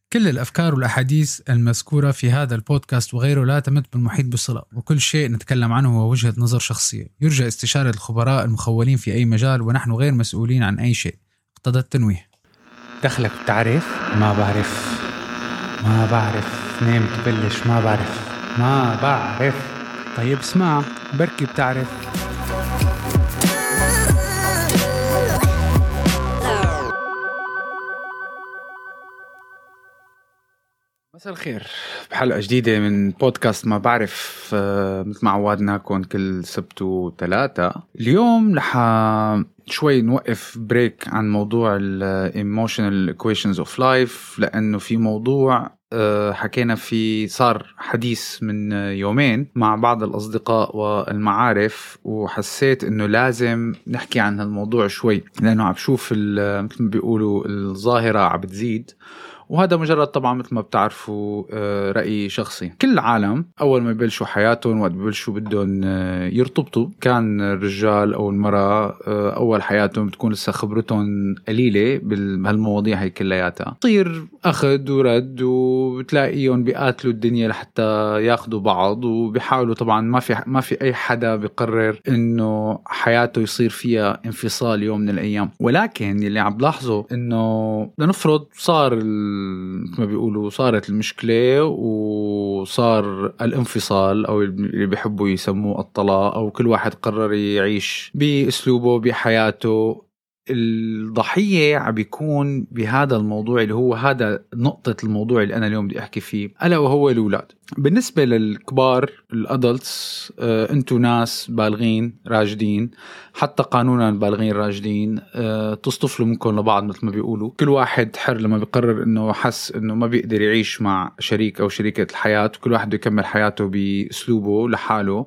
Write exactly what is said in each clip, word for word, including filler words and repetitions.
كل الأفكار والأحاديث المذكورة في هذا البودكاست وغيره لا تمت بالمحيط بصلة، وكل شيء نتكلم عنه هو وجهة نظر شخصية يرجى استشارة الخبراء المخولين في أي مجال، ونحن غير مسؤولين عن أي شيء. اقتضى التنويه. دخلك بتعرف؟ ما بعرف ما بعرف نام تبلش ما بعرف ما بعرف طيب اسمع، بركي بتعرف. مساء الخير بحلقة جديدة من بودكاست ما بعرف، مثل ما عودناكم كل سبت وثلاثة. اليوم رح شوي نوقف بريك عن موضوع ال emotional equations of life، لأنه في موضوع حكينا فيه، صار حديث من يومين مع بعض الأصدقاء والمعارف، وحسيت إنه لازم نحكي عن هالموضوع شوي، لأنه عم بشوف مثل ما بيقولوا الظاهرة عم بتزيد، وهذا مجرد طبعا مثل ما بتعرفوا رأي شخصي. كل العالم أول ما يبلشوا حياتهم وقت ببلشوا بدهم يرتبطوا، كان الرجال أو المرأة أول حياتهم بتكون لسه خبرتهم قليلة بهالمواضيع هي كلياتها، تصير أخذ ورد، وبتلاقيهم بيقاتلوا الدنيا لحتى ياخدوا بعض، وبيحاولوا طبعا ما في ما في أي حدا بيقرر إنه حياته يصير فيها انفصال يوم من الأيام. ولكن اللي عم بلاحظه إنه لنفرض صار ما بيقولوا صارت المشكلة وصار الانفصال، أو اللي بيحبوا يسموه الطلاق، أو كل واحد قرر يعيش بأسلوبه بحياته. الضحية عم بيكون بهذا الموضوع اللي هو هذا نقطة الموضوع اللي أنا اليوم بدي أحكي فيه، ألا وهو الأولاد. بالنسبة للكبار الأدلتس، آه، أنتوا ناس بالغين راجدين، حتى قانونا بالغين راجدين، آه، تصطفلوا منكم لبعض مثل ما بيقولوا. كل واحد حر لما بيقرر إنه حس إنه ما بيقدر يعيش مع شريك أو شريكة الحياة، وكل واحد يكمل حياته بأسلوبه لحاله،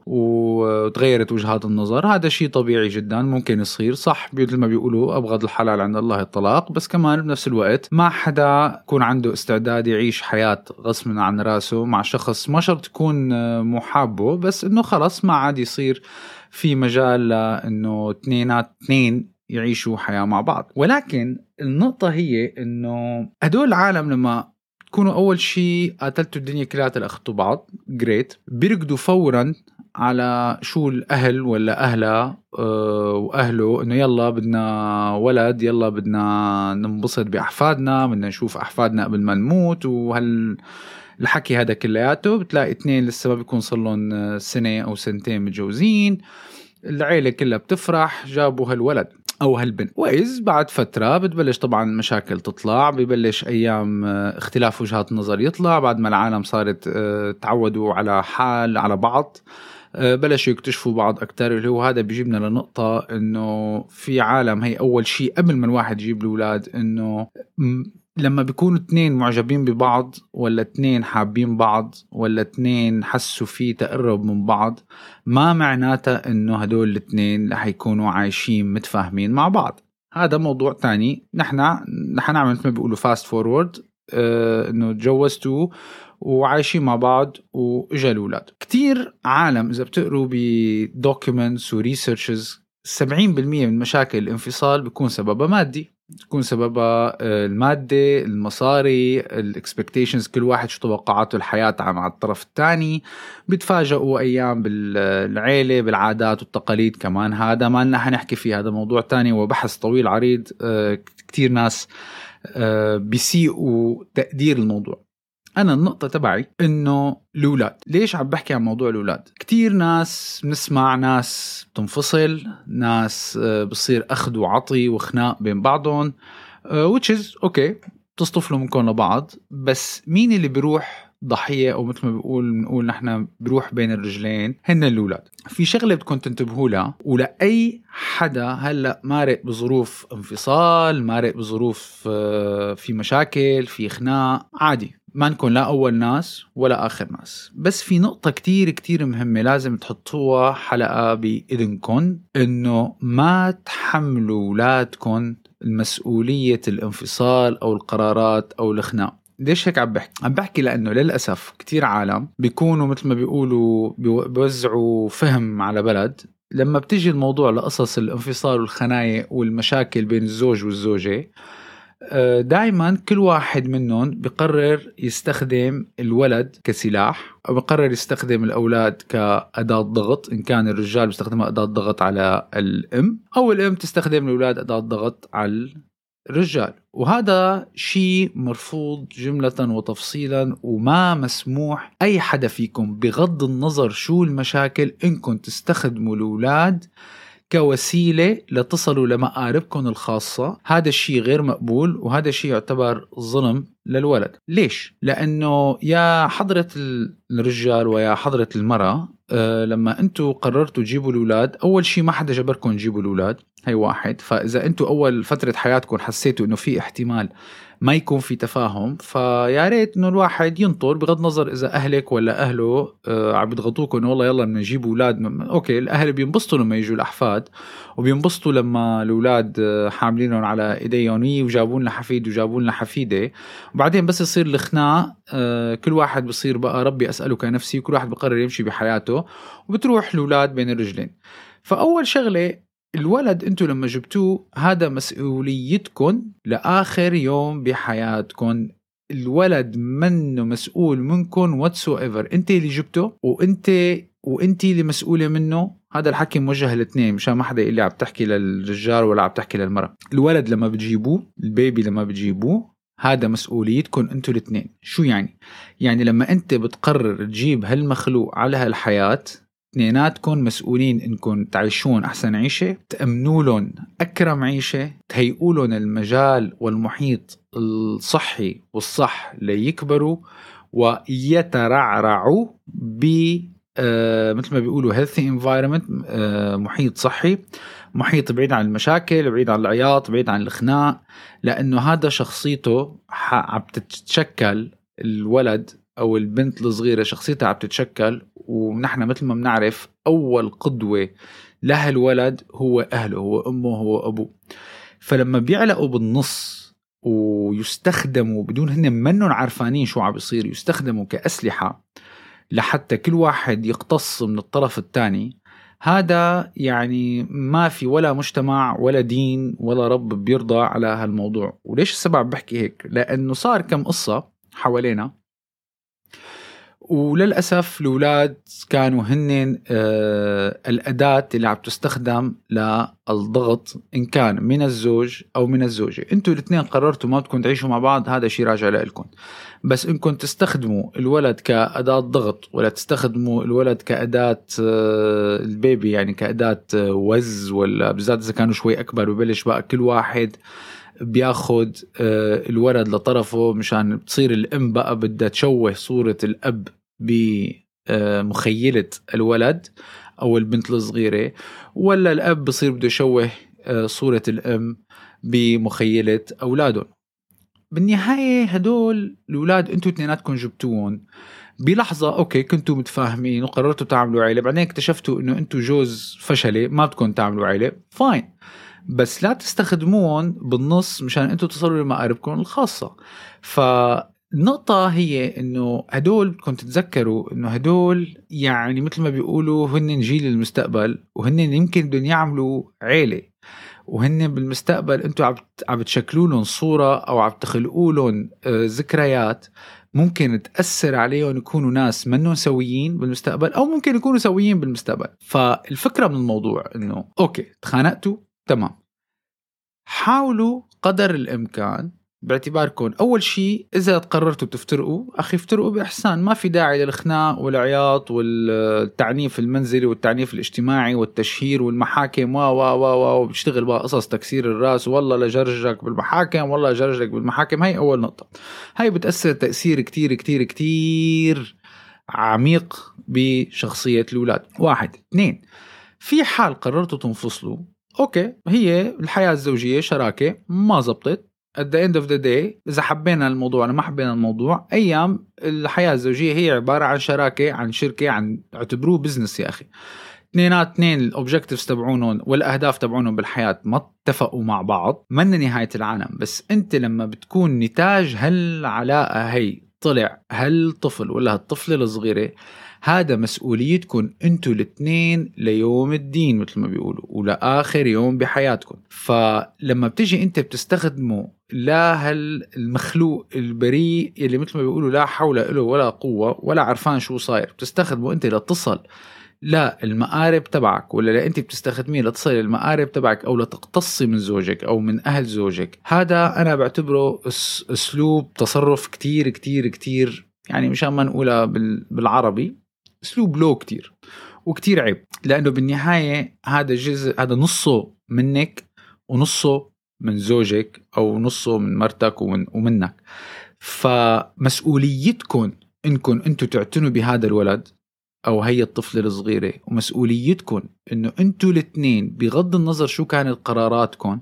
وتغيرت وجهات النظر. هذا شيء طبيعي جدا، ممكن يصير، صح، مثل ما بيقولوا أبغض الحلال عند الله الطلاق، بس كمان بنفس الوقت ما حدا يكون عنده استعداد يعيش حياة غصب عن راسه مع شخص ما شرط تكون محابه، بس انه خلص ما عاد يصير في مجال لانه اثنينات اثنين يعيشوا حياة مع بعض. ولكن النقطة هي انه هدول العالم لما تكونوا اول شيء قاتلتوا الدنيا كلها الاخذتوا بعض جريت، بيرقدوا فورا على شو الأهل ولا أهلها أه وأهله، إنه يلا بدنا ولد، يلا بدنا ننبسط بأحفادنا، بدنا نشوف أحفادنا قبل ما نموت، وهال الحكي هذا كلياته. بتلاقي اثنين لسه ما بيكون صلون سنة أو سنتين متجوزين، العيلة كلها بتفرح جابوا هالولد أو هالبنت. وإذ بعد فترة بتبلش طبعا مشاكل تطلع، ببلش أيام اختلاف وجهات النظر يطلع، بعد ما العالم صارت تعودوا على حال على بعض، بلشوا يكتشفوا بعض أكتر. اللي هو هذا بيجيبنا لنقطة إنه في عالم، هي أول شيء قبل ما الواحد يجيب الأولاد، إنه لما بيكونوا اثنين معجبين ببعض، ولا اثنين حابين بعض، ولا اثنين حسوا فيه تقرب من بعض، ما معناته إنه هدول الاثنين رح يكونوا عايشين متفاهمين مع بعض. هذا موضوع تاني. نحن نحن نعمل مثل ما بيقولوا fast forward، اه إنه تجوزتوا وعايشين مع بعض وإجا الأولاد. كتير عالم إذا بتقروا بدوكيومنتس وريسيرشز، سبعين بالمية من مشاكل الانفصال بيكون سببها مادي، تكون سببها المادة، المصاري، الاكسبكتيشنز، كل واحد شو توقعاته الحياة مع الطرف الثاني. بيتفاجئوا أيام بالعيلة بالعادات والتقاليد كمان. هذا ما لنا حنحكي فيه، هذا موضوع تاني وبحث طويل عريض. كتير ناس بيسيئوا تقدير الموضوع. أنا النقطة تبعي إنه الأولاد. ليش عم بحكي عن موضوع الأولاد؟ كتير ناس بنسمع ناس بتنفصل، ناس بصير أخذ وعطي وخناق بين بعضهم، which is okay، تصطفلوا منكم لبعض، بس مين اللي بيروح ضحية، أو مثل ما بيقول بنقول نحن بيروح بين الرجلين؟ هن الأولاد. في شغلة بدكم تنتبهوا لها، ولأي حدا هلأ مارق بظروف انفصال، مارق بظروف في مشاكل، في خناق، عادي، ما نكون لا أول ناس ولا آخر ناس. بس في نقطة كتير كتير مهمة لازم تحطوها حلقة بإذنكم، إنه ما تحملوا أولادكم المسؤولية الانفصال أو القرارات أو الخناق. ليش هيك عم بحكي؟ عم بحكي لأنه للأسف كتير عالم بيكونوا مثل ما بيقولوا بيوزعوا فهم على بلد. لما بتيجي الموضوع لقصص الانفصال والخنايق والمشاكل بين الزوج والزوجة، دائما كل واحد منهم بيقرر يستخدم الولد كسلاح، أو بيقرر يستخدم الأولاد كأداة ضغط، إن كان الرجال بيستخدمها أداة ضغط على الأم، أو الأم تستخدم الأولاد أداة ضغط على الرجال. وهذا شيء مرفوض جملة وتفصيلا، وما مسموح أي حدا فيكم بغض النظر شو المشاكل إنكم تستخدموا الأولاد كوسيلة لتصلوا لمقاربكم الخاصة. هذا الشيء غير مقبول، وهذا الشيء يعتبر ظلم للولد. ليش؟ لأنه يا حضرة الرجال ويا حضرة المرأة، أه لما أنتوا قررتوا تجيبوا الأولاد، أول شيء ما حدا جبركم تجيبوا الأولاد، هي واحد. فإذا أنتوا أول فترة حياتكم حسيتوا إنه في احتمال ما يكون في تفاهم، فيا ريت إنه الواحد ينطر بغض النظر إذا أهلك ولا أهله آه عم بيضغطوكم إنه والله يلا بدنا نجيب أولاد. أوكي، الأهل بينبسطوا لما يجوا الأحفاد، وبينبسطوا لما الأولاد آه حاملينهم على إيديهم وجابون لنا حفيد وجابون لنا حفيدة. وبعدين بس يصير الخناق، آه كل واحد بصير بقى ربي أسألك نفسي، وكل واحد بقرر يمشي بحياته، وبتروح الأولاد بين الرجلين. فأول شغلة، الولد انتوا لما جبتوه هذا مسؤوليتكم لآخر يوم بحياتكم. الولد منه مسؤول منكم whatsoever. انت اللي جبته، وانت وانت اللي مسؤولة منه. هذا الحكي موجه الاثنين، مشان ما حدا يقول لي عم تحكي للرجال ولا عم تحكي للمرأة. الولد لما بتجيبوه، البيبي لما بتجيبوه، هذا مسؤوليتكم انتوا الاثنين. شو يعني؟ يعني لما انت بتقرر تجيب هالمخلوق على هالحياة، اثنيناتكم مسؤولين انكم تعيشون احسن عيشة، تأمنوا لهم اكرم عيشة، تهيئوا لهم المجال والمحيط الصحي والصح ليكبروا ويترعرعوا ب آه مثل ما بيقولوا healthy environment، آه محيط صحي، محيط بعيد عن المشاكل، بعيد عن العياط، بعيد عن الخناق. لانه هذا شخصيته عم تتشكل، الولد او البنت الصغيرة شخصيتها عم تتشكل. ونحن مثل ما بنعرف أول قدوة له الولد هو أهله، هو أمه، هو أبوه. فلما بيعلقوا بالنص ويستخدموا بدون هن منهم عارفانين شو عم بيصير، يستخدموا كأسلحة لحتى كل واحد يقتص من الطرف الثاني، هذا يعني ما في ولا مجتمع ولا دين ولا رب بيرضى على هالموضوع. وليش السبب بحكي هيك؟ لأنه صار كم قصة حوالينا، وللأسف الأولاد كانوا هن آه الأداة اللي عم تستخدم للضغط، إن كان من الزوج أو من الزوجة. أنتوا الاثنين قررتوا ما تكون تعيشوا مع بعض، هذا شيء راجع لكم. بس إنكم تستخدموا الولد كأداة ضغط، ولا تستخدموا الولد كأداة آه البيبي، يعني كأداة آه وز، ولا بالذات إذا كانوا شوي أكبر وبلش بقى كل واحد بياخد آه الولد لطرفه، مشان تصير الأم بقى بدها تشوه صورة الأب بمخيلة الولد أو البنت الصغيرة، ولا الأب بصير بده يشوه صورة الأم بمخيلة أولادهم. بالنهاية هدول الأولاد أنتوا اثنيناتكم جبتوهم بلحظة، أوكي كنتوا متفاهمين وقررتوا تعملوا عائلة، بعدين اكتشفتوا إنه أنتوا جوز فشلة ما بدكم تعملوا عائلة، فاين. بس لا تستخدمون بالنص مشان أنتوا تصلوا لمقاربكم الخاصة. فالنقطة هي إنه هدول كنت تتذكروا إنه هدول يعني مثل ما بيقولوا هن جيل المستقبل، وهن يمكن بدهم يعملوا عائلة، وهن بالمستقبل أنتوا عم تشكلوا لهم صورة أو عم تخلقوا لهم ذكريات ممكن تأثر عليهم يكونوا ناس منهم سويين بالمستقبل، أو ممكن يكونوا سويين بالمستقبل. فالفكرة من الموضوع إنه أوكي تخانقتوا، تمام، حاولوا قدر الإمكان باعتباركم أول شيء إذا قررتوا تفترقوا، أخي افترقوا بإحسان، ما في داعي للخناق والعياط والتعنيف المنزلي والتعنيف الاجتماعي والتشهير والمحاكم و و و وبتشتغل بقى قصص تكسير الراس، والله لجرجك بالمحاكم، والله جرجك بالمحاكم. هاي أول نقطة، هاي بتأثر تأثير كتير كتير كتير عميق بشخصية الأولاد. واحد. اثنين، في حال قررتوا تنفصلوا، أوكي هي الحياة الزوجية شراكة ما زبطت at the end of the day، إذا حبينا الموضوع أنا ما حبينا الموضوع، أيام الحياة الزوجية هي عبارة عن شراكة، عن شركة، عن اعتبروه بزنس يا أخي. اثنينات اثنين الأوبجكتيفز تبعونهم والأهداف تبعونهم بالحياة ما اتفقوا مع بعض، من نهاية العالم. بس أنت لما بتكون نتاج هالعلاقة هي طلع هالطفل ولا هالطفلة الصغيرة، هذا مسؤوليتكم انتوا الاثنين ليوم الدين مثل ما بيقولوا، ولآخر يوم بحياتكم. فلما بتجي انت بتستخدمه لا هالمخلوق البريء اللي مثل ما بيقولوا لا حول له ولا قوة ولا عرفان شو صاير، بتستخدمه انت لتصل لا المقارب تبعك، ولا لا انت بتستخدميه لتصل المقارب تبعك او لتقتصي من زوجك او من اهل زوجك، هذا انا بعتبره اسلوب تصرف كتير كتير كتير، يعني مشان ما نقولها بالعربي اسلوب لو كتير وكتير عيب، لانه بالنهاية هذا جزء، هذا نصه منك ونصه من زوجك او نصه من مرتك ومن ومنك. فمسؤوليتكم انكم انتوا تعتنوا بهذا الولد او هي الطفلة الصغيرة، ومسؤوليتكم انه انتوا الاثنين بغض النظر شو كانت قراراتكم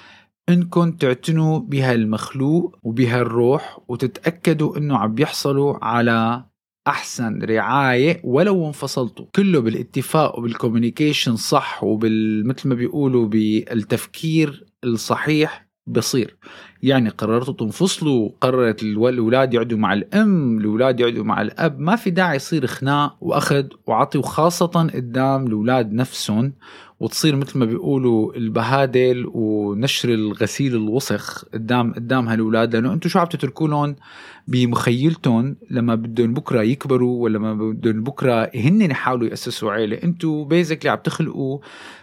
انكم تعتنوا بها المخلوق وبها الروح، وتتأكدوا انه عم بيحصلوا على احسن رعاية ولو انفصلتوا، كله بالاتفاق وبالكوميونيكيشن صح وبالمثل ما بيقولوا بالتفكير الصحيح بصير. يعني قررتوا تنفصلوا، قررت الأولاد يقعدوا مع الأم، الأولاد يقعدوا مع الأب، ما في داعي يصير خناق وأخذ وعطي، وخاصة قدام الأولاد نفسهم، وتصير مثل ما بيقولوا البهادل ونشر الغسيل الوسخ قدام قدام هالأولاد، لأنه أنتوا شو عم تتركوا لهم بمخيلتهم لما بدهم بكرة يكبروا ولا ما بدهم بكرة هن يحاولوا يأسسوا عائلة. أنتوا بيزيكلي عم تخلقوا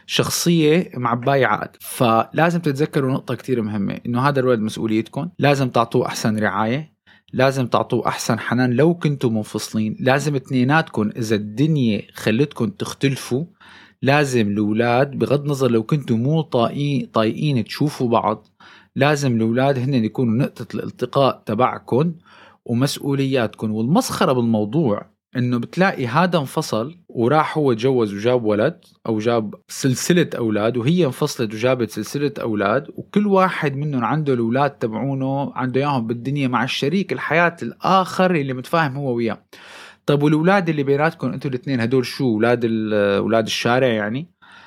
شخصية معباية عقد. فلازم تتذكروا نقطة كتير مهمة، إنه هذا الولد مسؤوليتكم، لازم تعطوه أحسن رعاية، لازم تعطوه أحسن حنان. لو كنتوا منفصلين لازم اتنيناتكم إذا الدنيا خلتكم تختلفوا، لازم الأولاد بغض نظر لو كنتوا مو طايقين طايقين تشوفوا بعض، لازم الأولاد هن يكونوا نقطة الالتقاء تبعكم ومسؤولياتكم. والمسخرة بالموضوع إنه بتلاقي هذا انفصل وراح هو تجوز وجاب ولد أو جاب سلسلة أولاد، وهي انفصلت وجابت سلسلة أولاد، وكل واحد منهم عنده الأولاد تبعونه عنده ياهم بالدنيا مع الشريك الحياة الآخر اللي متفاهم هو وياه. طب والأولاد اللي بيناتكم أنتوا الاثنين هدول شو؟ أولاد أولاد الشارع يعني؟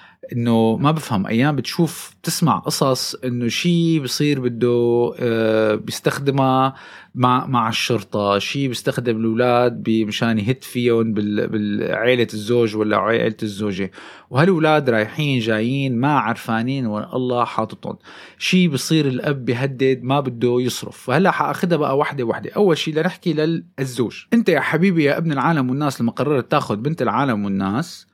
إنه ما بفهم. أيام بتشوف تسمع قصص إنه شي بصير بده آه بيستخدمها مع مع الشرطة، شي بيستخدم الأولاد بمشان يهت فيهم بالعائلة الزوج ولا عائلة الزوجة، وهالأولاد رايحين جايين ما عرفانين والله حاططهم. شي بصير الأب بيهدد ما بده يصرف. فهلا حأخذها بقى واحدة واحدة. أول شي لنحكي للزوج، أنت يا حبيبي يا ابن العالم والناس لما قررت تاخد بنت العالم والناس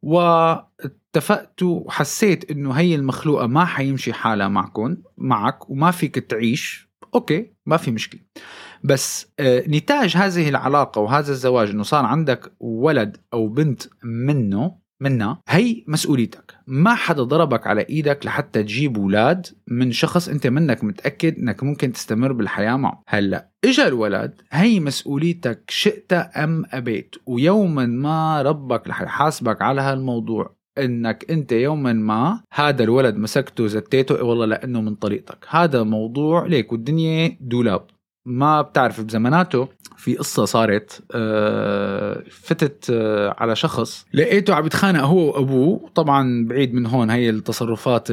واتفقت وحسيت انه هي المخلوقة ما حيمشي حالها معكم معك وما فيك تعيش، اوكي ما في مشكلة. بس آه نتاج هذه العلاقة وهذا الزواج انه صار عندك ولد او بنت منه منها، هي مسؤوليتك. ما حدا ضربك على ايدك لحتى تجيب اولاد من شخص انت منك متأكد انك ممكن تستمر بالحياة معه. هلأ اجا الولد، هي مسؤوليتك شئت ام ابيت، ويوما ما ربك رح يحاسبك على هالموضوع، انك انت يوما ما هذا الولد مسكته زتيته إيه والله لانه من طريقتك. هذا موضوع ليك، والدنيا دولاب ما بتعرف. بزماناته في قصة صارت آه فتت آه على شخص لقيته عم يتخانق هو وأبوه، طبعا بعيد من هون هي التصرفات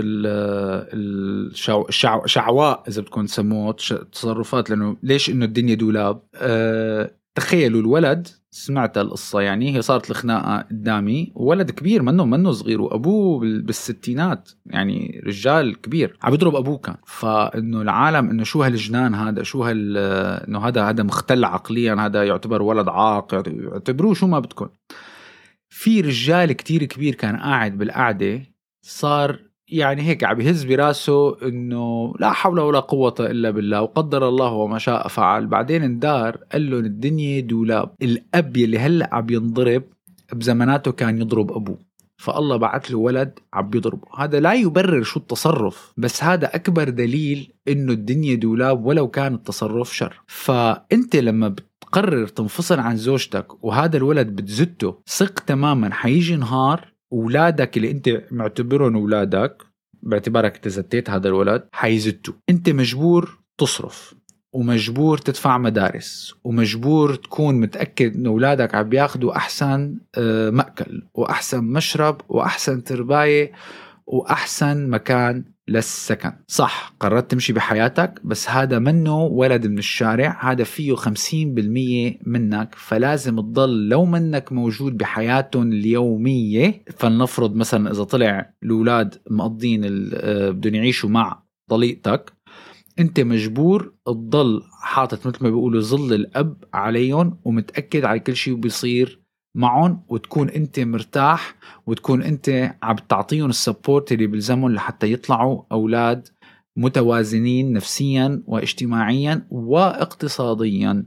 الشعواء إذا بدكم تسموه تصرفات، لأنه ليش إنه الدنيا دولاب. آه تخيلوا الولد، سمعت القصة يعني، هي صارت الخناقة قدامي، ولد كبير منه منه صغير، وأبوه بالستينات يعني رجال كبير عم يضرب أبوه كان. فإنه العالم إنه شو هالجنان هذا، شو هال إنه هذا هذا مختل عقليا، هذا يعتبر ولد عاق، يعتبروه شو ما بدكم. في رجال كتير كبير كان قاعد بالقعدة صار يعني هيك عم يهز براسه انه لا حول ولا قوة الا بالله وقدر الله وما شاء فعل. بعدين اندار قال له الدنيا دولاب. الاب يلي هلا عم ينضرب بزماناته كان يضرب ابوه، فالله بعت له ولد عم يضربه. هذا لا يبرر شو التصرف، بس هذا اكبر دليل انه الدنيا دولاب ولو كان التصرف شر. فانت لما بتقرر تنفصل عن زوجتك وهذا الولد بتزته، ثق تماما حيجي نهار أولادك اللي أنت معتبرهم أولادك باعتبارك تزتيت هذا الولد حيزتوا. أنت مجبور تصرف ومجبور تدفع مدارس ومجبور تكون متأكد أن أولادك عم بياخدوا أحسن مأكل وأحسن مشرب وأحسن ترباية وأحسن مكان للسكن. صح، قررت تمشي بحياتك، بس هذا منه ولد من الشارع، هذا فيه خمسين بالمية منك، فلازم تضل لو منك موجود بحياتهم اليومية. فلنفرض مثلا إذا طلع الأولاد مقضين بدون يعيشوا مع طليقتك، انت مجبور تضل حاطط مثل ما بيقولوا ظل الأب عليهم، ومتأكد على كل شيء بيصير معهم، وتكون انت مرتاح، وتكون انت عم تعطيهم السبورت اللي بلزمهم لحتى يطلعوا أولاد متوازنين نفسيا واجتماعيا واقتصاديا.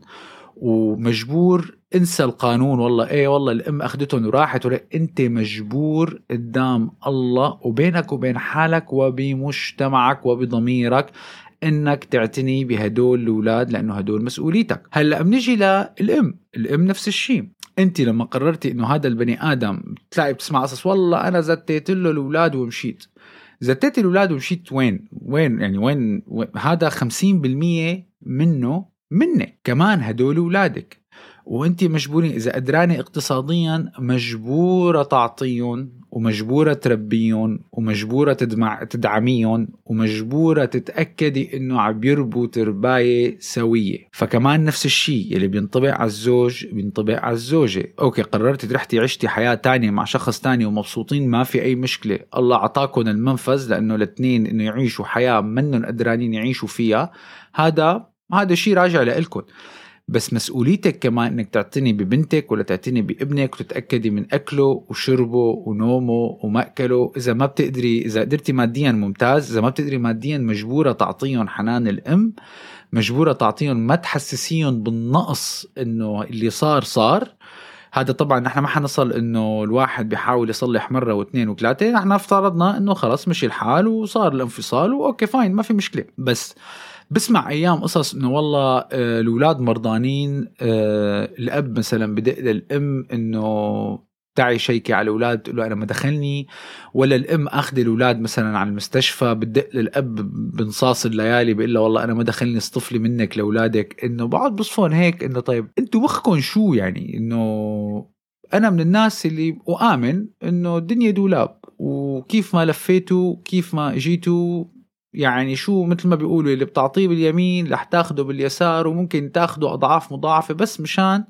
ومجبور انسى القانون، والله ايه والله الام اخدتهم وراحت، ولا انت مجبور قدام الله وبينك وبين حالك وبمجتمعك وبضميرك انك تعتني بهدول الاولاد، لانه هدول مسؤوليتك. هلا بنجي للام، الام نفس الشيء. انت لما قررتي انه هذا البني ادم، تلاقي بتسمع قصص والله انا زتيت له الاولاد ومشيت. زتيت الاولاد ومشيت وين وين يعني وين, وين؟ هذا خمسين بالمية منه منك كمان، هدول اولادك، وانت مجبورين اذا قدراني اقتصاديا مجبورة تعطيهم، ومجبورة تربيهم، ومجبورة تدمع تدعميهم، ومجبورة تتأكدي انه عم يربوا ترباية سوية. فكمان نفس الشيء اللي بينطبق على الزوج بينطبق على الزوجة. اوكي، قررتي ترحتي عشتي حياة تانية مع شخص تاني ومبسوطين، ما في اي مشكلة، الله عطاكم المنفذ لانه الاثنين انه يعيشوا حياة منهم قدرانين يعيشوا فيها. هذا هذا شيء راجع لإلكم، بس مسؤوليتك كمان انك تعتني ببنتك ولا تعتني بابنك، وتتأكدي من اكله وشربه ونومه ومأكله. اذا ما بتقدري، اذا قدرتي ماديا ممتاز، اذا ما بتقدري ماديا مجبورة تعطيهم حنان الام، مجبورة تعطيهم، ما تحسسيهم بالنقص انه اللي صار صار. هذا طبعا نحن ما حنصل انه الواحد بيحاول يصلح مرة واثنين وثلاثة، نحن افترضنا انه خلاص مشي الحال وصار الانفصال واوكي فاين ما في مشكلة. بس بسمع ايام قصص انه والله آه الاولاد مرضانين، آه الاب مثلا بدق للام انه تعي شيكي على الاولاد، تقول له انا ما دخلني، ولا الام اخذ الاولاد مثلا على المستشفى بدق للاب بنصاص الليالي بيقول له والله انا ما دخلني اصطفلي منك لاولادك. انه بعض بصفون هيك انه طيب انتوا مخكم شو يعني؟ انه انا من الناس اللي اؤمن انه الدنيا دولاب، وكيف ما لفيتوا كيف ما اجيتوا يعني شو مثل ما بيقولوا اللي بتعطيه باليمين رح تاخده باليسار، وممكن تاخده أضعاف مضاعفة بس مشان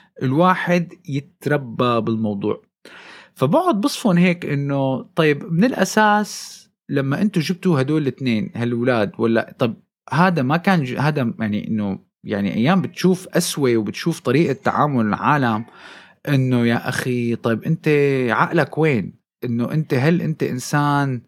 الواحد يتربى بالموضوع. فبعض بصفون هيك إنه طيب من الأساس لما أنتوا جبتوا هدول الاثنين هالولاد، ولا طب هذا ما كان ج... هذا يعني إنه يعني أيام بتشوف أسوأ وبتشوف طريقة تعامل العالم، إنه يا أخي طيب أنت عقلك وين؟ إنه أنت هل أنت إنسان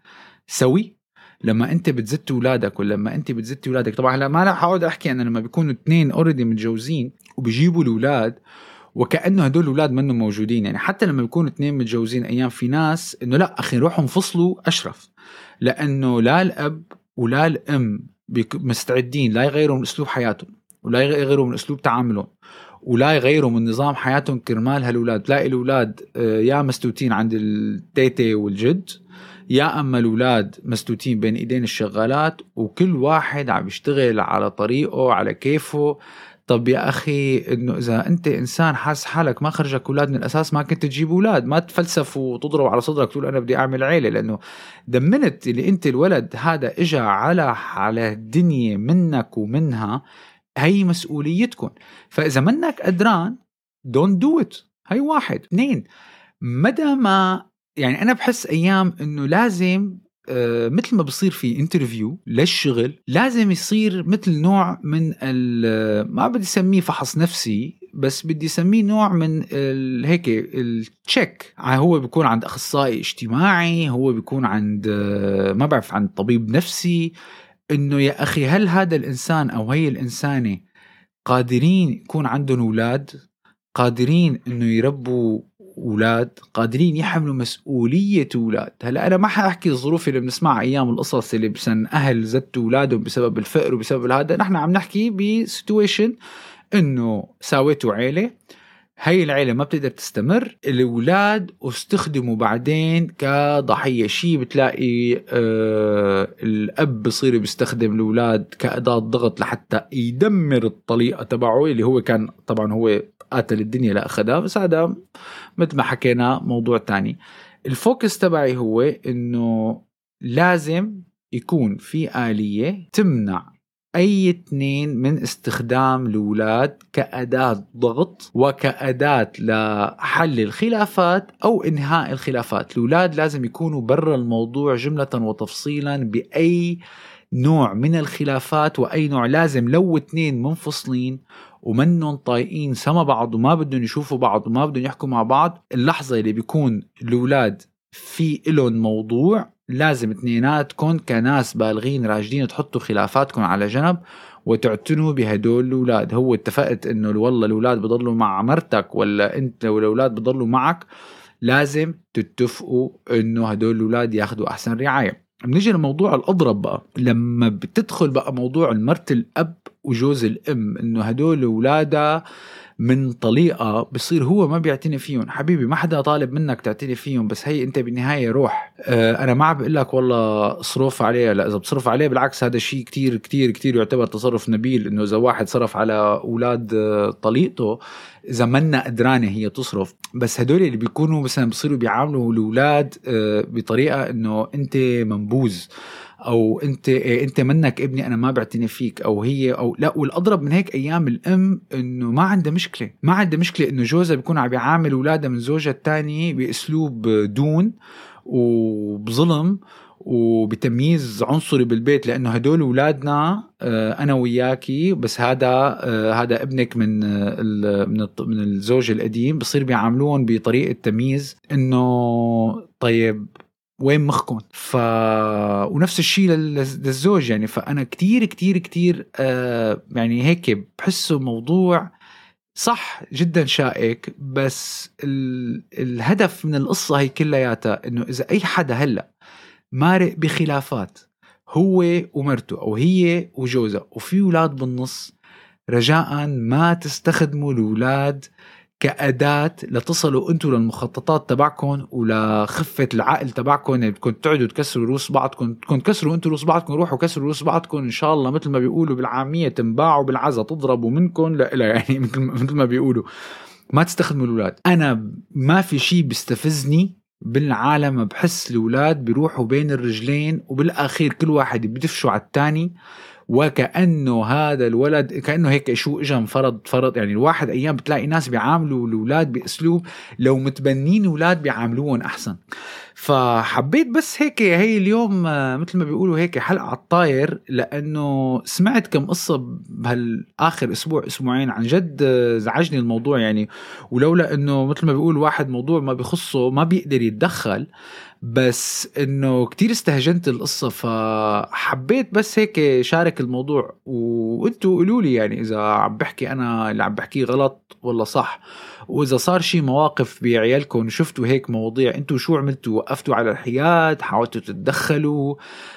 سوي لما انت بتزت اولادك؟ ولما انت بتزت اولادك طبعا هلا ما راح اقعد احكي انا لما بيكونوا اثنين اوريدي متجوزين وبيجيبوا الاولاد وكانه هدول الاولاد منهم موجودين. يعني حتى لما بيكونوا اثنين متجوزين ايام في ناس انه لا اخي روحوا انفصلوا اشرف، لانه لا الاب ولا الام مستعدين لا يغيروا من اسلوب حياتهم، ولا يغيروا من اسلوب تعاملهم، ولا يغيروا من نظام حياتهم كرمال هالولاد. تلاقي الاولاد يا مستوتين عند التيتي والجد، يا أما الأولاد مسدوتين بين إيدين الشغالات، وكل واحد عم يشتغل على طريقه على كيفه. طب يا أخي إنه إذا أنت إنسان حاس حالك ما خرجك أولاد من الأساس، ما كنت تجيب أولاد، ما تفلسف وتضرب على صدرك تقول أنا بدي أعمل عيلة، لأنه دمنت اللي أنت الولد هذا إجا على على الدنيا منك ومنها، هي مسؤوليتكم. فإذا منك قدران don't do it. هي واحد. اثنين، مدى ما يعني أنا بحس أيام إنه لازم آه مثل ما بصير في انترفيو للشغل، لازم يصير مثل نوع من ما بدي سميه فحص نفسي، بس بدي سميه نوع من هيك التشيك. هو بيكون عند أخصائي اجتماعي، هو بيكون عند آه ما بعرف عند طبيب نفسي، إنه يا أخي هل هذا الإنسان أو هي الإنسانة قادرين يكون عندهم أولاد، قادرين إنه يربوا أولاد، قادرين يحملوا مسؤولية أولاد. هلا أنا ما حأحكي الظروف اللي بنسمعها أيام القصص اللي بسن أهل زتوا أولادهم بسبب الفقر وبسبب هذا. نحن عم نحكي بسيتويشن إنه ساويتوا عيلة، هاي العيلة ما بتقدر تستمر، الأولاد استخدموا بعدين كضحية. شيء بتلاقي آه الأب بصير بيستخدم الأولاد كأداة ضغط لحتى يدمر الطليقة تبعه اللي هو كان طبعا هو قاتل الدنيا لأخذها، بس هذا مثل ما حكينا موضوع تاني. الفوكس تبعي هو إنه لازم يكون في آلية تمنع أي اثنين من استخدام الأولاد كأداة ضغط وكأداة لحل الخلافات أو إنهاء الخلافات. الأولاد لازم يكونوا برا الموضوع جملة وتفصيلا بأي نوع من الخلافات وأي نوع. لازم لو اثنين منفصلين ومنهم طايقين سما بعض وما بدهم يشوفوا بعض وما بدهم يحكوا مع بعض، اللحظة اللي بيكون الأولاد في إلهم موضوع لازم اثنيناتكم كناس بالغين راجدين تحطوا خلافاتكم على جنب وتعتنوا بهدول الأولاد. هو اتفقت انه والله الأولاد بضلوا مع مرتك ولا انت لو الأولاد بضلوا معك، لازم تتفقوا انه هدول الأولاد ياخدوا احسن رعاية. بنيجي لموضوع الأضرب بقى، لما بتدخل بقى موضوع المرت الأب وجوز الأم، انه هدول أولادها من طليقة بصير هو ما بيعتني فيهم. حبيبي ما حدا طالب منك تعتني فيهم، بس هي انت بالنهاية روح. اه انا ما بقول لك والله اصرف عليه، لا اذا بصرف عليه بالعكس هذا شيء كتير كتير كتير يعتبر تصرف نبيل. انه اذا واحد صرف على اولاد طليقته اذا منا قدرانة هي تصرف، بس هدول اللي بيكونوا مثلا بصيروا بيعاملوا الاولاد اه بطريقة انه انت منبوذ او انت انت منك ابني انا ما بعتني فيك او هي او لا. والاضرب من هيك ايام الام انه ما عنده مشكله ما عنده مشكله انه جوزها بيكون عم يعامل اولادها من زوجها الثاني باسلوب دون وبظلم وبتمييز عنصري بالبيت، لانه هدول اولادنا انا وياكي، بس هذا هذا ابنك من من من الزوج القديم. بصير بيعاملون بطريقه تمييز انه طيب وين مخكم. ف ونفس الشيء للزوج يعني. فأنا كتير كتير كتير آه يعني هيك بحسه موضوع صح جدا شائك، بس ال... الهدف من القصة هي كلياتها إنه إذا أي حدا هلأ مارق بخلافات هو ومرته أو هي وجوزها وفي أولاد بالنص، رجاء ما تستخدموا الأولاد كأداة لتصلوا أنتوا للمخططات تبعكم ولخفة العقل تبعكم. يعني بدكم تقعدوا تكسروا روس بعضكم، بدكم تكسروا أنتوا روس بعضكم، روحوا كسروا روس بعضكم إن شاء الله مثل ما بيقولوا بالعامية تنباعوا بالعزة تضربوا منكم لا لا يعني مثل مثل ما بيقولوا. ما تستخدموا الأولاد. أنا ما في شيء بيستفزني بالعالم بحس الأولاد بيروحوا بين الرجلين وبالآخير كل واحد بيدفشوا على التاني، وكأنه هذا الولد كأنه هيك شو إجا فرض فرض يعني. الواحد أيام بتلاقي ناس بيعاملوا الأولاد بأسلوب لو متبنين أولاد بيعاملوهم أحسن. فحبيت بس هيك هي اليوم مثل ما بيقولوا هيك حلقة على الطاير، لأنه سمعت كم قصة بهالآخر أسبوع أسبوعين عن جد زعجني الموضوع يعني. ولولا أنه مثل ما بيقول واحد موضوع ما بيخصه ما بيقدر يتدخل، بس انه كتير استهجنت القصة فحبيت بس هيك شارك الموضوع. وانتوا قولوا لي يعني اذا عم بحكي انا اللي عم بحكيه غلط ولا صح، واذا صار شي مواقف بعيالكم وشفتوا هيك مواضيع انتوا شو عملتوا؟ وقفتوا على الحياد؟ حاولتوا تتدخلوا؟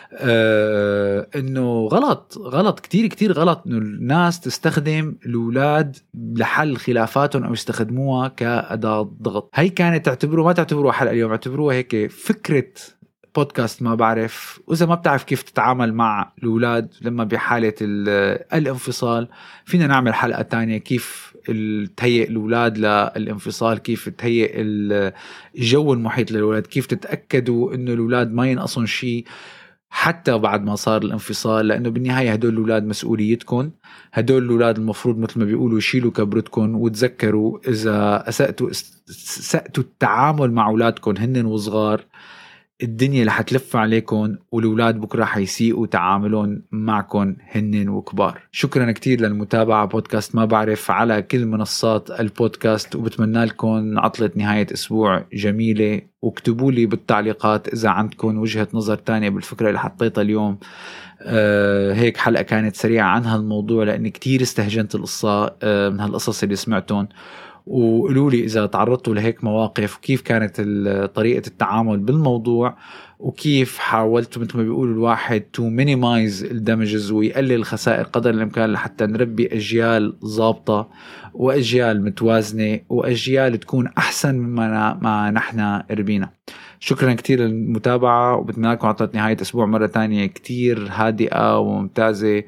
آه انه غلط غلط كتير كتير غلط انه الناس تستخدم الاولاد لحل خلافاتهم او يستخدموها كأداة ضغط. هي كانت تعتبروه ما تعتبروها حلقة اليوم، اعتبروها هيك فكرة بودكاست ما بعرف. وإذا ما بتعرف كيف تتعامل مع الأولاد لما بحالة الانفصال، فينا نعمل حلقة تانية كيف تهيئ الأولاد للانفصال، كيف تهيئ الجو المحيط للأولاد، كيف تتأكدوا إنه الأولاد ما ينقصون شيء حتى بعد ما صار الانفصال. لأنه بالنهاية هدول الأولاد مسؤوليتكم، هدول الأولاد المفروض مثل ما بيقولوا يشيلوا كبرتكم. وتذكروا إذا أسأتوا سأتوا التعامل مع أولادكم هن وصغار، الدنيا رح تلف عليكم والأولاد بكرة حيسيئوا تعاملون معكم هن وكبار. شكرا كتير للمتابعة بودكاست ما بعرف على كل منصات البودكاست، وبتمنى لكم عطلة نهاية أسبوع جميلة. واكتبوا لي بالتعليقات إذا عندكم وجهة نظر تانية بالفكرة اللي حطيتها اليوم. آه هيك حلقة كانت سريعة عن هالموضوع لأني كتير استهجنت القصة آه من هالقصص اللي سمعتون. وقولوا لي إذا تعرضتوا لهيك مواقف كيف كانت طريقة التعامل بالموضوع، وكيف حاولتوا مثل ما بيقولوا الواحد to minimize الدمجز ويقلل الخسائر قدر الإمكان لحتى نربي أجيال ضابطة وأجيال متوازنة وأجيال تكون أحسن مما ما نحن ربينا. شكرا كتير للمتابعة، وبتمنى لكم عطلة نهاية أسبوع مرة تانية كتير هادئة وممتازة،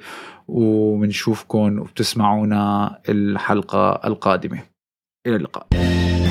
وبنشوفكم وبتسمعونا الحلقة القادمة. إلى اللقاء.